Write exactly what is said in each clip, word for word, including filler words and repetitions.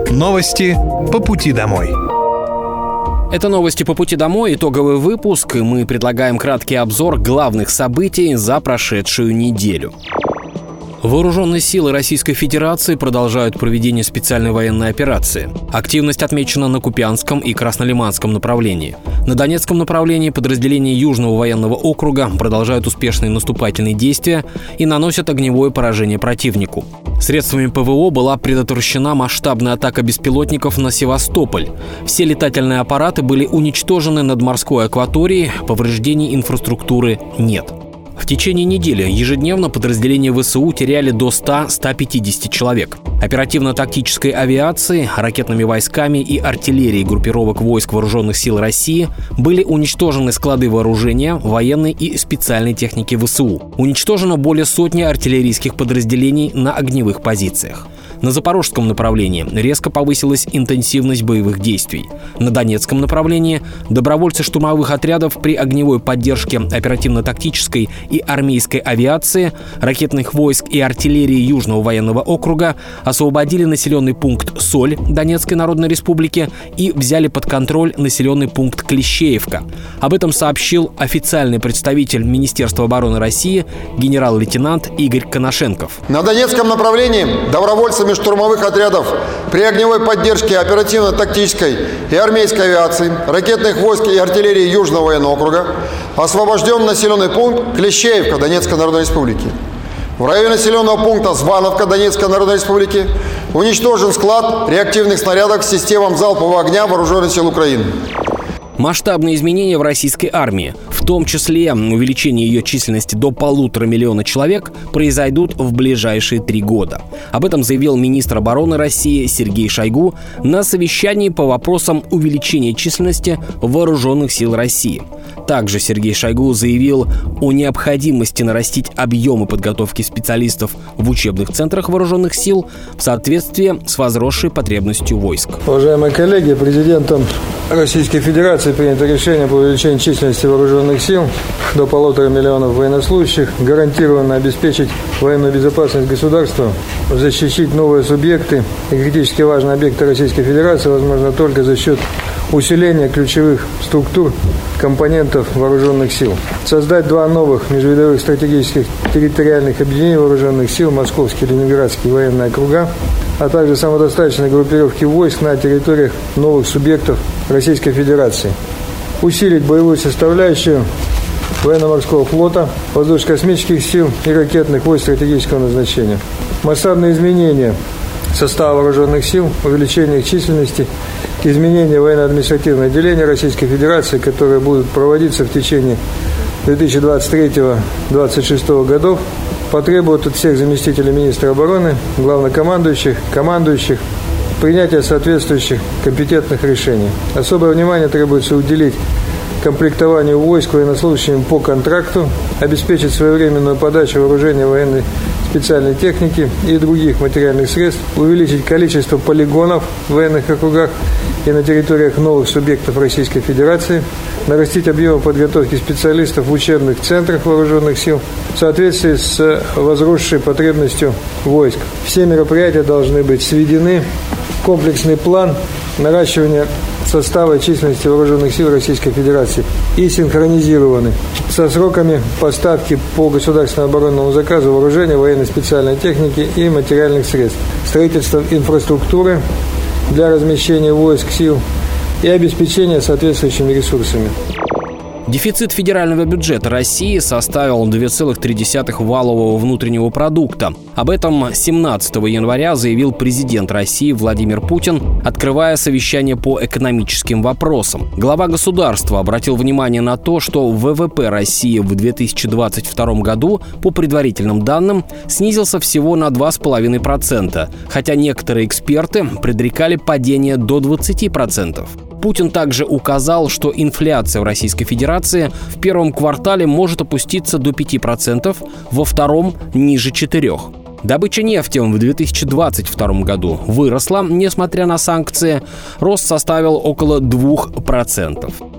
Новости по пути домой. Это новости по пути домой, итоговый выпуск, и мы предлагаем краткий обзор главных событий за прошедшую неделю. Вооруженные силы Российской Федерации продолжают проведение специальной военной операции. Активность отмечена на Купянском и Краснолиманском направлении. На Донецком направлении подразделения Южного военного округа продолжают успешные наступательные действия и наносят огневое поражение противнику. Средствами ПВО была предотвращена масштабная атака беспилотников на Севастополь. Все летательные аппараты были уничтожены над морской акваторией, повреждений инфраструктуры нет. В течение недели ежедневно подразделения ВСУ теряли до ста - ста пятидесяти человек. Оперативно-тактической авиацией, ракетными войсками и артиллерией группировок войск Вооруженных сил России были уничтожены склады вооружения, военной и специальной техники ВСУ. Уничтожено более сотни артиллерийских подразделений на огневых позициях. На Запорожском направлении резко повысилась интенсивность боевых действий. На Донецком направлении добровольцы штурмовых отрядов при огневой поддержке оперативно-тактической и армейской авиации, ракетных войск и артиллерии Южного военного округа освободили населенный пункт Соль Донецкой Народной Республики и взяли под контроль населенный пункт Клещеевка. Об этом сообщил официальный представитель Министерства обороны России генерал-лейтенант Игорь Коношенков. На Донецком направлении добровольцами штурмовых отрядов при огневой поддержке оперативно-тактической и армейской авиации, ракетных войск и артиллерии Южного военного округа освобожден населенный пункт Клещеевка Донецкой Народной Республики. В районе населенного пункта Звановка Донецкой Народной Республики уничтожен склад реактивных снарядов с системам залпового огня Вооруженных сил Украины. Масштабные изменения в российской армии, в том числе увеличение ее численности до полутора миллиона человек, произойдут в ближайшие три года. Об этом заявил министр обороны России Сергей Шойгу на совещании по вопросам увеличения численности Вооруженных сил России. Также Сергей Шойгу заявил о необходимости нарастить объемы подготовки специалистов в учебных центрах вооруженных сил в соответствии с возросшей потребностью войск. Уважаемые коллеги, президентом Российской Федерации принято решение по увеличению численности вооруженных сил до полутора миллионов военнослужащих, гарантированно обеспечить военную безопасность государства, защитить новые субъекты и критически важные объекты Российской Федерации, возможно, только за счет усиления ключевых структур компонентов вооруженных сил. Создать два новых межвидовых стратегических территориальных объединений вооруженных сил, Московский и Ленинградский военные округа, а также самодостаточной группировки войск на территориях новых субъектов Российской Федерации. Усилить боевую составляющую военно-морского флота, воздушно-космических сил и ракетных войск стратегического назначения. Масштабные изменения состава вооруженных сил, увеличение их численности, изменения военно-административного отделения Российской Федерации, которые будут проводиться в течение две тысячи двадцать третьего — две тысячи двадцать шестого годов, потребуют от всех заместителей министра обороны, главнокомандующих, командующих принятия соответствующих компетентных решений. Особое внимание требуется уделить комплектованию войск военнослужащими по контракту, обеспечить своевременную подачу вооружения военной специальной техники и других материальных средств, увеличить количество полигонов в военных округах и на территориях новых субъектов Российской Федерации, нарастить объемы подготовки специалистов в учебных центрах вооруженных сил в соответствии с возросшей потребностью войск. Все мероприятия должны быть сведены в комплексный план наращивания состава и численности вооруженных сил Российской Федерации и синхронизированы со сроками поставки по государственному оборонному заказу вооружения, военной специальной техники и материальных средств, строительством инфраструктуры для размещения войск, сил и обеспечения соответствующими ресурсами. Дефицит федерального бюджета России составил две целых три десятых валового внутреннего продукта. Об этом семнадцатого января заявил президент России Владимир Путин, открывая совещание по экономическим вопросам. Глава государства обратил внимание на то, что ВВП России в две тысячи двадцать втором году, по предварительным данным, снизился всего на два целых пять десятых процента, хотя некоторые эксперты предрекали падение до двадцати процентов. Путин также указал, что инфляция в Российской Федерации в первом квартале может опуститься до пяти процентов, во втором – ниже четырёх процентов. Добыча нефти в две тысячи двадцать втором году выросла, несмотря на санкции. Рост составил около двух процентов.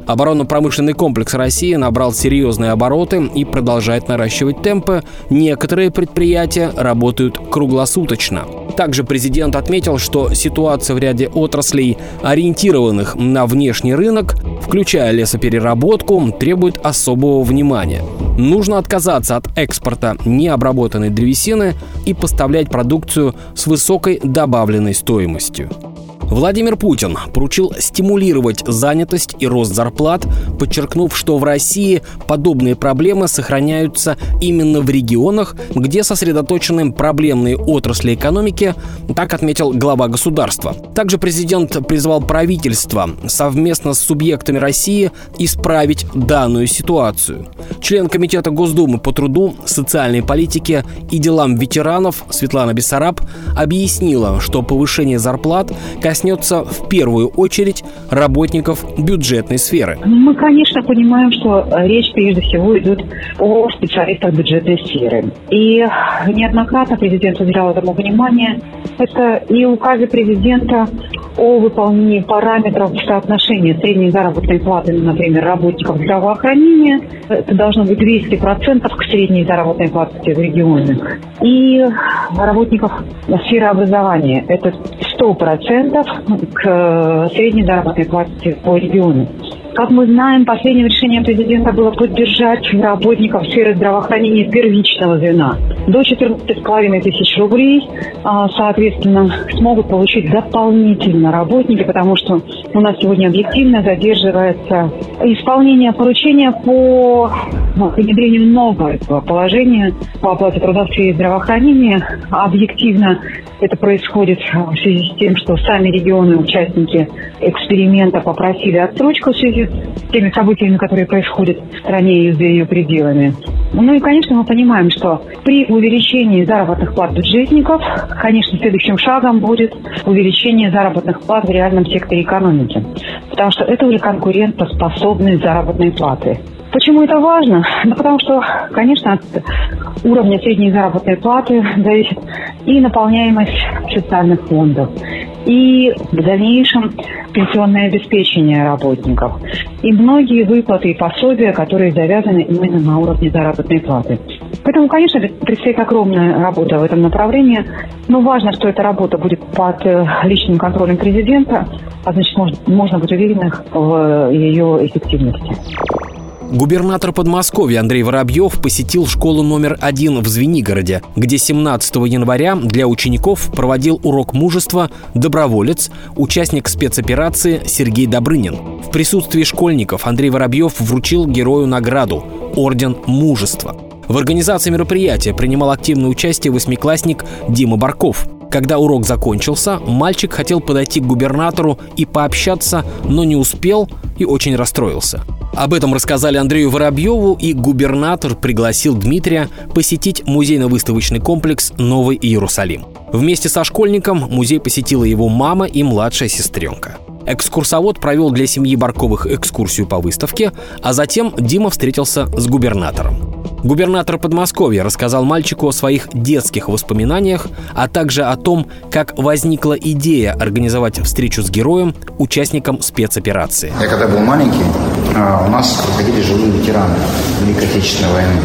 Оборонно-промышленный комплекс России набрал серьезные обороты и продолжает наращивать темпы. Некоторые предприятия работают круглосуточно. Также президент отметил, что ситуация в ряде отраслей, ориентированных на внешний рынок, включая лесопереработку, требует особого внимания. Нужно отказаться от экспорта необработанной древесины и поставлять продукцию с высокой добавленной стоимостью. Владимир Путин поручил стимулировать занятость и рост зарплат, подчеркнув, что в России подобные проблемы сохраняются именно в регионах, где сосредоточены проблемные отрасли экономики, так отметил глава государства. Также президент призвал правительство совместно с субъектами России исправить данную ситуацию. Член Комитета Госдумы по труду, социальной политике и делам ветеранов Светлана Бессараб объяснила, что повышение зарплат коснется в первую очередь работников бюджетной сферы. Мы, конечно, понимаем, что речь прежде всего идет о специалистах бюджетной сферы. И неоднократно президент уделял этому внимание. Это и указы президента о выполнении параметров соотношения средней заработной платы, например, работников здравоохранения. Это должно быть двести процентов к средней заработной плате в регионах. И работников сферы образования. Это сто процентов к средней заработной плате по региону. Как мы знаем, последним решением президента было поддержать работников сферы здравоохранения первичного звена. До четырнадцати с половиной тысяч рублей, соответственно, смогут получить дополнительно работники, потому что у нас сегодня объективно задерживается исполнение поручения по внедрению нового положения по оплате труда в сфере здравоохранения. Объективно это происходит в связи с тем, что сами регионы, участники эксперимента, попросили отсрочку в связи с теми событиями, которые происходят в стране и за ее пределами. Ну и, конечно, мы понимаем, что при увеличении заработных плат бюджетников, конечно, следующим шагом будет увеличение заработных плат в реальном секторе экономики, потому что это уже конкурентоспособные заработные платы. Почему это важно? Ну, потому что, конечно, от уровня средней заработной платы зависит и наполняемость социальных фондов, и в дальнейшем пенсионное обеспечение работников, и многие выплаты и пособия, которые завязаны именно на уровне заработной платы. Поэтому, конечно, предстоит огромная работа в этом направлении, но важно, что эта работа будет под личным контролем президента, а значит, можно, можно быть уверенным в ее эффективности. Губернатор Подмосковья Андрей Воробьев посетил школу номер один в Звенигороде, где семнадцатого января для учеников проводил урок мужества доброволец, участник спецоперации Сергей Добрынин. В присутствии школьников Андрей Воробьев вручил герою награду – Орден Мужества. В организации мероприятия принимал активное участие восьмиклассник Дима Барков. Когда урок закончился, мальчик хотел подойти к губернатору и пообщаться, но не успел и очень расстроился. Об этом рассказали Андрею Воробьеву, и губернатор пригласил Дмитрия посетить музейно-выставочный комплекс «Новый Иерусалим». Вместе со школьником музей посетила его мама и младшая сестренка. Экскурсовод провел для семьи Барковых экскурсию по выставке, а затем Дима встретился с губернатором. Губернатор Подмосковья рассказал мальчику о своих детских воспоминаниях, а также о том, как возникла идея организовать встречу с героем, участником спецоперации. Я когда был маленький, у нас приходили живые ветераны Великой Отечественной войны.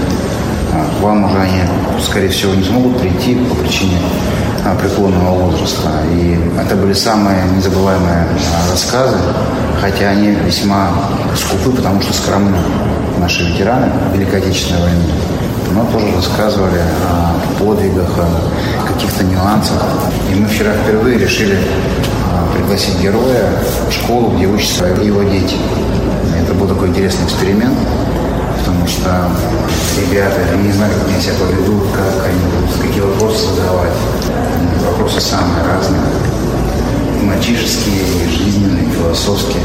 К вам уже они, скорее всего, не смогут прийти по причине преклонного возраста. И это были самые незабываемые рассказы, хотя они весьма скупы, потому что скромны. Наши ветераны Великой Отечественной войны, но тоже рассказывали о подвигах, о каких-то нюансах. И мы вчера впервые решили пригласить героя в школу, где учатся его дети. Это был такой интересный эксперимент, потому что ребята, они не знали, как они себя поведут, как они будут, какие вопросы задавать. Вопросы самые разные. Мальчишеские, жизненные, философские.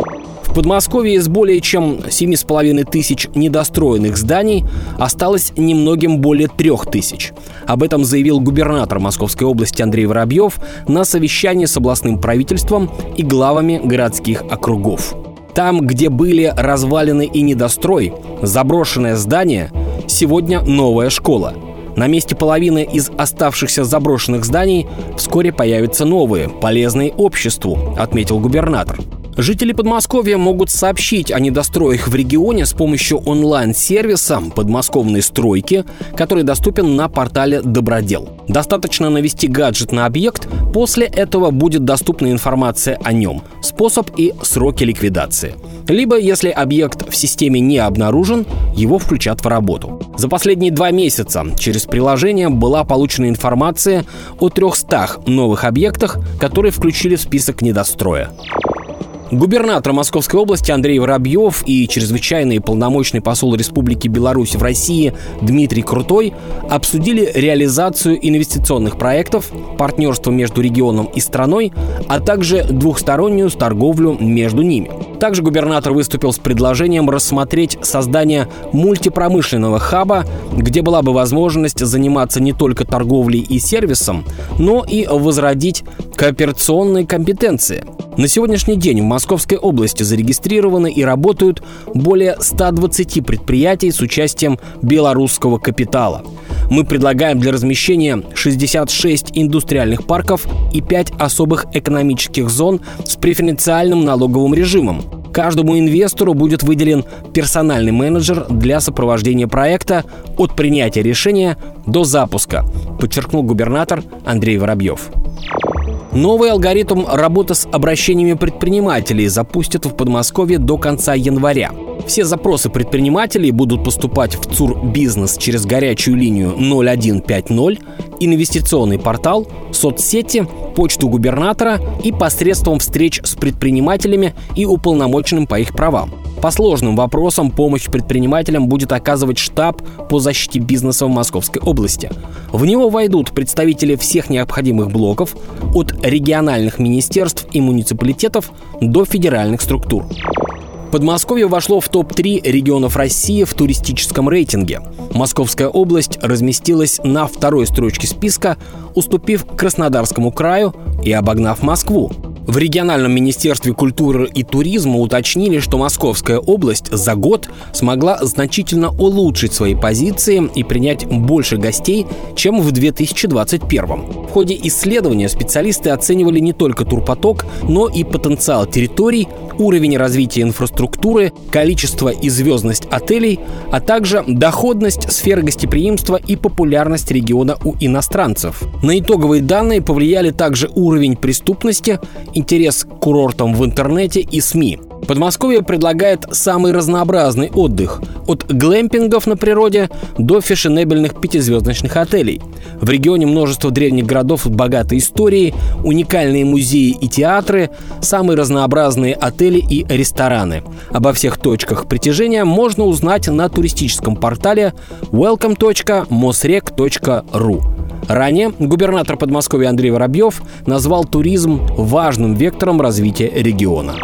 В Подмосковье из более чем семи с половиной тысяч недостроенных зданий осталось немногим более трех тысяч. Об этом заявил губернатор Московской области Андрей Воробьев на совещании с областным правительством и главами городских округов. Там, где были развалины и недострой, заброшенное здание, сегодня новая школа. На месте половины из оставшихся заброшенных зданий вскоре появятся новые, полезные обществу, отметил губернатор. Жители Подмосковья могут сообщить о недостроях в регионе с помощью онлайн-сервиса «Подмосковные стройки», который доступен на портале «Добродел». Достаточно навести гаджет на объект, после этого будет доступна информация о нем, способ и сроки ликвидации. Либо, если объект в системе не обнаружен, его включат в работу. За последние два месяца через приложение была получена информация о трехстах новых объектах, которые включили в список недостроя. Губернатор Московской области Андрей Воробьев и чрезвычайный полномочный посол Республики Беларусь в России Дмитрий Крутой обсудили реализацию инвестиционных проектов, партнерство между регионом и страной, а также двухстороннюю торговлю между ними. Также губернатор выступил с предложением рассмотреть создание мультипромышленного хаба, где была бы возможность заниматься не только торговлей и сервисом, но и возродить кооперационные компетенции. На сегодняшний день в Московской области зарегистрированы и работают более ста двадцати предприятий с участием белорусского капитала. Мы предлагаем для размещения шестьдесят шесть индустриальных парков и пять особых экономических зон с преференциальным налоговым режимом. Каждому инвестору будет выделен персональный менеджер для сопровождения проекта от принятия решения до запуска, подчеркнул губернатор Андрей Воробьев. Новый алгоритм работы с обращениями предпринимателей запустят в Подмосковье до конца января. Все запросы предпринимателей будут поступать в ЦУР «Бизнес» через горячую линию ноль один пять ноль, инвестиционный портал, соцсети, почту губернатора и посредством встреч с предпринимателями и уполномоченным по их правам. По сложным вопросам помощь предпринимателям будет оказывать штаб по защите бизнеса в Московской области. В него войдут представители всех необходимых блоков, от региональных министерств и муниципалитетов до федеральных структур. Подмосковье вошло в топ три регионов России в туристическом рейтинге. Московская область разместилась на второй строчке списка, уступив Краснодарскому краю и обогнав Москву. В региональном министерстве культуры и туризма уточнили, что Московская область за год смогла значительно улучшить свои позиции и принять больше гостей, чем в две тысячи двадцать первом. В ходе исследования специалисты оценивали не только турпоток, но и потенциал территорий, уровень развития инфраструктуры, количество и звездность отелей, а также доходность сферы гостеприимства и популярность региона у иностранцев. На итоговые данные повлияли также уровень преступности, интерес к курортам в интернете и СМИ. Подмосковье предлагает самый разнообразный отдых – от глэмпингов на природе до фешенебельных пятизвездочных отелей. В регионе множество древних городов с богатой историей, уникальные музеи и театры, самые разнообразные отели и рестораны. Обо всех точках притяжения можно узнать на туристическом портале welcome точка mosreg точка ру. Ранее губернатор Подмосковья Андрей Воробьев назвал туризм важным вектором развития региона.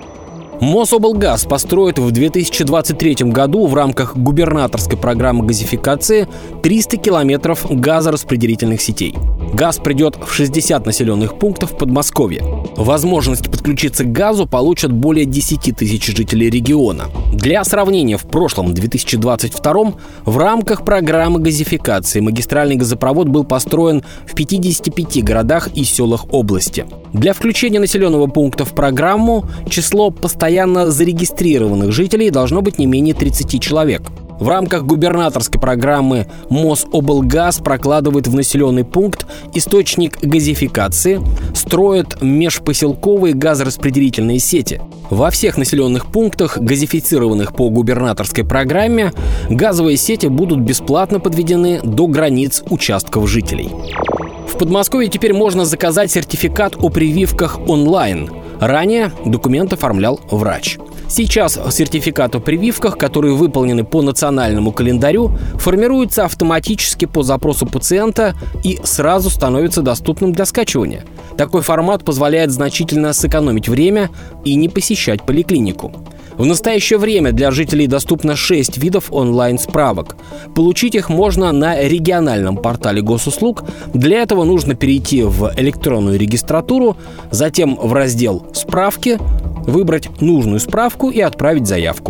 Мособлгаз построит в две тысячи двадцать третьем году в рамках губернаторской программы газификации триста километров газораспределительных сетей. Газ придет в шестьдесят населенных пунктов в Подмосковье. Возможность подключиться к газу получат более десяти тысяч жителей региона. Для сравнения, в прошлом, две тысячи двадцать втором, в рамках программы газификации магистральный газопровод был построен в пятидесяти пяти городах и селах области. Для включения населенного пункта в программу число постоянно зарегистрированных жителей должно быть не менее тридцати человек. В рамках губернаторской программы Мособлгаз прокладывает в населенный пункт источник газификации, строит межпоселковые газораспределительные сети. Во всех населенных пунктах, газифицированных по губернаторской программе, газовые сети будут бесплатно подведены до границ участков жителей. В Подмосковье теперь можно заказать сертификат о прививках онлайн. Ранее документ оформлял врач. Сейчас сертификат о прививках, которые выполнены по национальному календарю, формируется автоматически по запросу пациента и сразу становится доступным для скачивания. Такой формат позволяет значительно сэкономить время и не посещать поликлинику. В настоящее время для жителей доступно шесть видов онлайн-справок. Получить их можно на региональном портале госуслуг. Для этого нужно перейти в электронную регистратуру, затем в раздел «Справки», выбрать нужную справку и отправить заявку.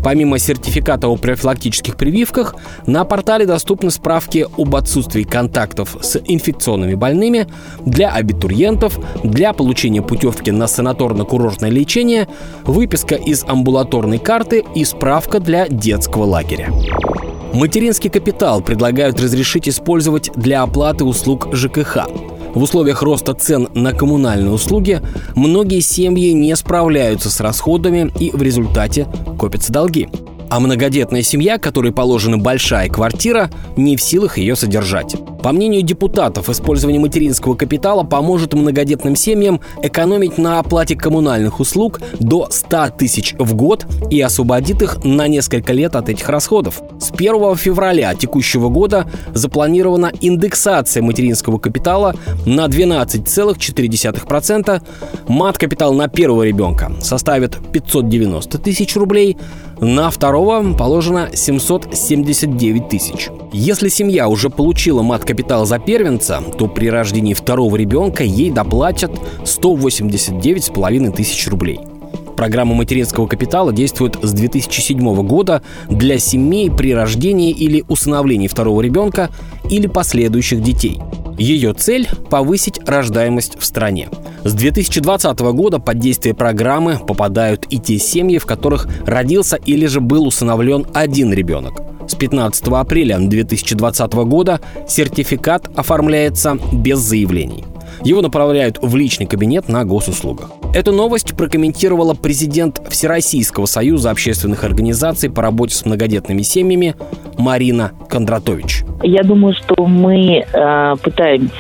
Помимо сертификата о профилактических прививках, на портале доступны справки об отсутствии контактов с инфекционными больными для абитуриентов, для получения путевки на санаторно-курортное лечение, выписка из амбулаторной карты и справка для детского лагеря. Материнский капитал предлагают разрешить использовать для оплаты услуг ЖКХ. В условиях роста цен на коммунальные услуги многие семьи не справляются с расходами и в результате копятся долги. А многодетная семья, которой положена большая квартира, не в силах ее содержать. По мнению депутатов, использование материнского капитала поможет многодетным семьям экономить на оплате коммунальных услуг до ста тысяч в год и освободит их на несколько лет от этих расходов. С первого февраля текущего года запланирована индексация материнского капитала на двенадцать целых четыре десятых процента. Мат-капитал на первого ребенка составит пятьсот девяносто тысяч рублей, на второго положено семьсот семьдесят девять тысяч. Если семья уже получила мат-капитал за первенца, то при рождении второго ребенка ей доплатят сто восемьдесят девять с половиной тысяч рублей. Программа материнского капитала действует с две тысячи седьмого года для семей при рождении или усыновлении второго ребенка или последующих детей. Ее цель – повысить рождаемость в стране. С две тысячи двадцатого года под действие программы попадают и те семьи, в которых родился или же был усыновлен один ребенок. С пятнадцатого апреля две тысячи двадцатого года сертификат оформляется без заявлений. Его направляют в личный кабинет на госуслугах. Эту новость прокомментировала президент Всероссийского союза общественных организаций по работе с многодетными семьями Марина Кондратович. Я думаю, что мы э, пытаемся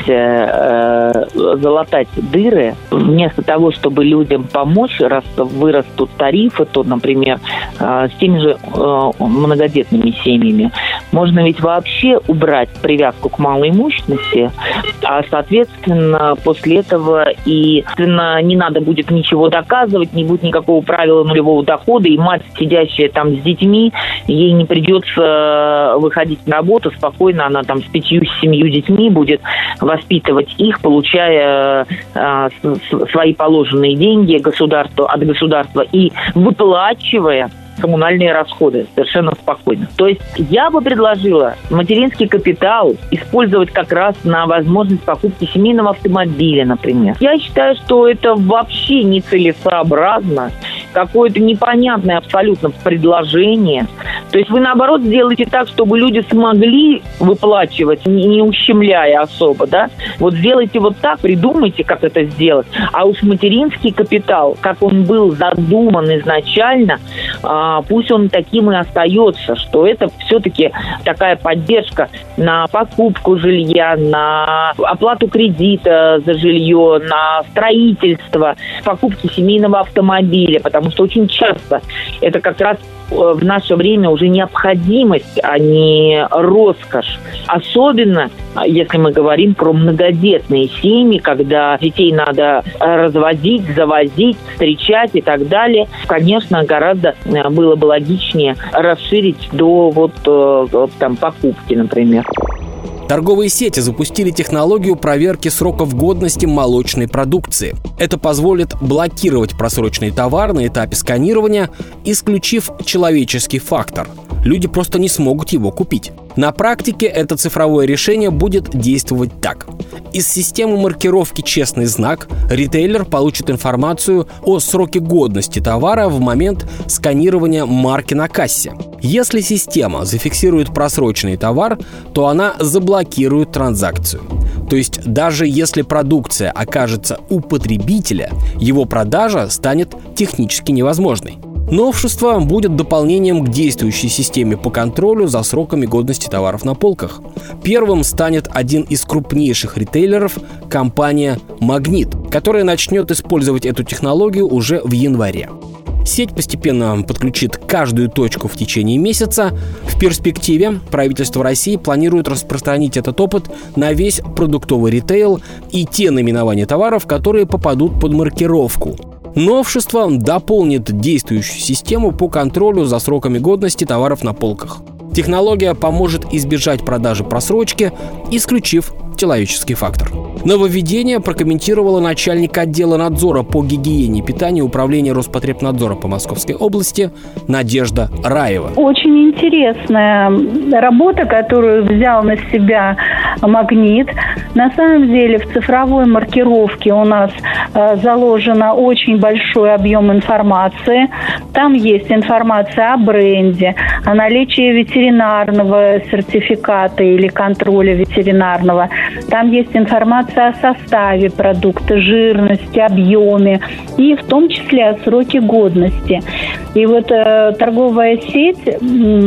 э, залатать дыры. Вместо того, чтобы людям помочь, раз вырастут тарифы, то, например, э, с теми же э, многодетными семьями, можно ведь вообще убрать привязку к малоимущности, а, соответственно, после этого и, соответственно, не надо будет ничего доказывать, не будет никакого правила нулевого дохода, и мать, сидящая там с детьми, ей не придется выходить на работу спокойно. Она там с пятью, с семью детьми будет воспитывать их, получая э, свои положенные деньги государству, от государства и выплачивая коммунальные расходы совершенно спокойно. То есть я бы предложила материнский капитал использовать как раз на возможность покупки семейного автомобиля, например. Я считаю, что это вообще нецелесообразно, какое-то непонятное абсолютно предложение. То есть вы, наоборот, сделаете так, чтобы люди смогли выплачивать, не ущемляя особо, да? Вот сделайте вот так, придумайте, как это сделать. А уж материнский капитал, как он был задуман изначально, пусть он таким и остается, что это все-таки такая поддержка на покупку жилья, на оплату кредита за жилье, на строительство, покупки семейного автомобиля, потому что очень часто это как раз в наше время уже необходимость, а не роскошь. Особенно, если мы говорим про многодетные семьи, когда детей надо разводить, завозить, встречать и так далее. Конечно, гораздо было бы логичнее расширить до вот там покупки, например. Торговые сети запустили технологию проверки сроков годности молочной продукции. Это позволит блокировать просроченный товар на этапе сканирования, исключив человеческий фактор. Люди просто не смогут его купить. На практике это цифровое решение будет действовать так. Из системы маркировки «Честный знак» ритейлер получит информацию о сроке годности товара в момент сканирования марки на кассе. Если система зафиксирует просроченный товар, то она заблокирует транзакцию. То есть даже если продукция окажется у потребителя, его продажа станет технически невозможной. Новшество будет дополнением к действующей системе по контролю за сроками годности товаров на полках. Первым станет один из крупнейших ритейлеров – компания «Магнит», которая начнет использовать эту технологию уже в январе. Сеть постепенно подключит каждую точку в течение месяца. В перспективе правительство России планирует распространить этот опыт на весь продуктовый ритейл и те наименования товаров, которые попадут под маркировку. Новшество дополнит действующую систему по контролю за сроками годности товаров на полках. Технология поможет избежать продажи просрочки, исключив человеческий фактор. Нововведение прокомментировала начальник отдела надзора по гигиене и питанию Управления Роспотребнадзора по Московской области Надежда Раева. Очень интересная работа, которую взял на себя «Магнит». На самом деле в цифровой маркировке у нас э, заложено очень большой объем информации. Там есть информация о бренде, о наличии ветеринарного сертификата или контроля ветеринарного. Там есть информация о составе продукта, жирности, объеме и в том числе о сроке годности. И вот э, торговая сеть э,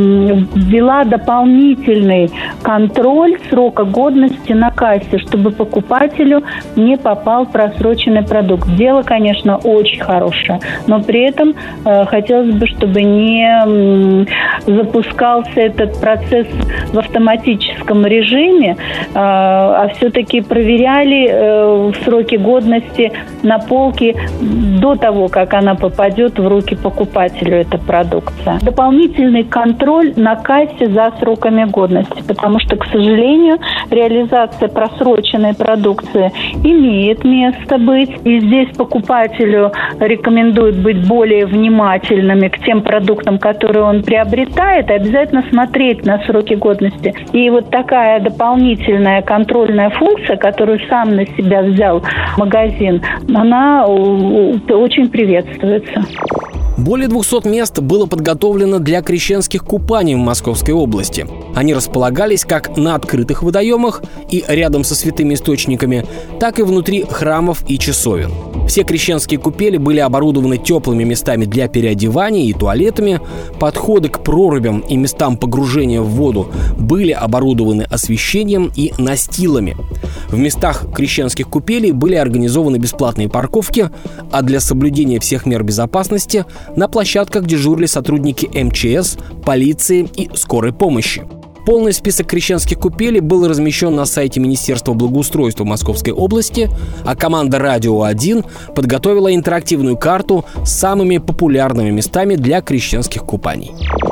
ввела дополнительный контроль срока годности на кассе, чтобы покупателю не попал просроченный продукт. Дело, конечно, очень хорошее, но при этом э, хотелось бы, чтобы не э, запускался этот процесс в автоматическом режиме, э, а все-таки проверяли э, сроки годности на полке до того, как она попадет в руки покупателю, эта продукция. Дополнительный контроль на кассе за сроками годности, потому что, к сожалению, реализация просроченной продукции имеет место быть. И здесь покупателю рекомендуют быть более внимательными к тем продуктам, которые он приобретает, и обязательно смотреть на сроки годности. И вот такая дополнительная контрольная функция, которую сам на себя взял магазин, она очень приветствуется. Более двухсот мест было подготовлено для крещенских купаний в Московской области. Они располагались как на открытых водоемах и рядом со святыми источниками, так и внутри храмов и часовен. Все крещенские купели были оборудованы теплыми местами для переодевания и туалетами. Подходы к прорубям и местам погружения в воду были оборудованы освещением и настилами. В местах крещенских купелей были организованы бесплатные парковки, а для соблюдения всех мер безопасности на площадках дежурили сотрудники эм че эс, полиции и скорой помощи. Полный список крещенских купелей был размещен на сайте Министерства благоустройства Московской области, а команда «Радио один» подготовила интерактивную карту с самыми популярными местами для крещенских купаний.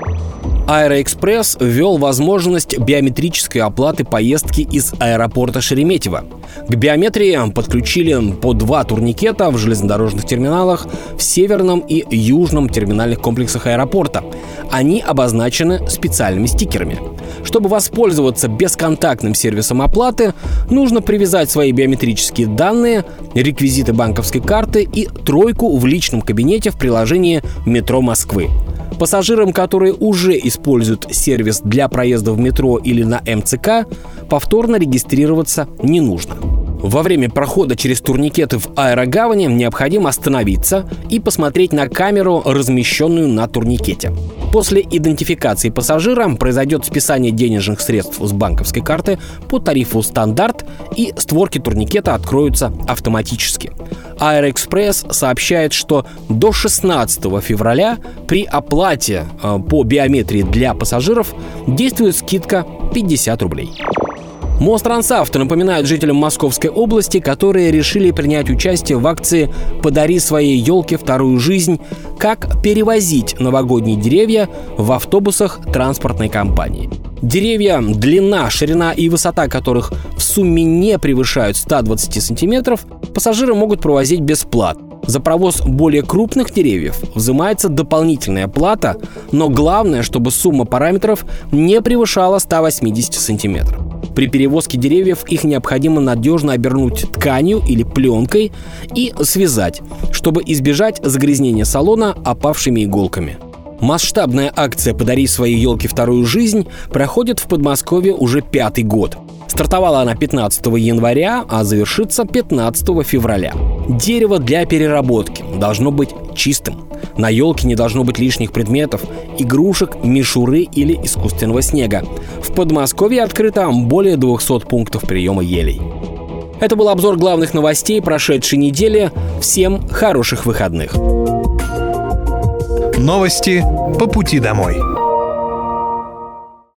Аэроэкспресс ввел возможность биометрической оплаты поездки из аэропорта Шереметьево. К биометрии подключили по два турникета в железнодорожных терминалах в северном и южном терминальных комплексах аэропорта. Они обозначены специальными стикерами. Чтобы воспользоваться бесконтактным сервисом оплаты, нужно привязать свои биометрические данные, реквизиты банковской карты и тройку в личном кабинете в приложении «Метро Москвы». Пассажирам, которые уже используют сервис для проезда в метро или на эм цэ ка, повторно регистрироваться не нужно. Во время прохода через турникеты в аэрогавани необходимо остановиться и посмотреть на камеру, размещенную на турникете. После идентификации пассажира произойдет списание денежных средств с банковской карты по тарифу «Стандарт», и створки турникета откроются автоматически. Аэроэкспресс сообщает, что до шестнадцатого февраля при оплате э, по биометрии для пассажиров действует скидка пятьдесят рублей. Мострансавто напоминает жителям Московской области, которые решили принять участие в акции «Подари своей елке вторую жизнь», как перевозить новогодние деревья в автобусах транспортной компании. Деревья, длина, ширина и высота которых в сумме не превышают ста двадцати сантиметров, пассажиры могут провозить бесплатно. За провоз более крупных деревьев взимается дополнительная плата, но главное, чтобы сумма параметров не превышала ста восьмидесяти сантиметров. При перевозке деревьев их необходимо надежно обернуть тканью или пленкой и связать, чтобы избежать загрязнения салона опавшими иголками. Масштабная акция «Подари своей елке вторую жизнь» проходит в Подмосковье уже пятый год. Стартовала она пятнадцатого января, а завершится пятнадцатого февраля. Дерево для переработки должно быть чистым. На елке не должно быть лишних предметов, игрушек, мишуры или искусственного снега. В Подмосковье открыто более двухсот пунктов приема елей. Это был обзор главных новостей прошедшей недели. Всем хороших выходных. Новости по пути домой.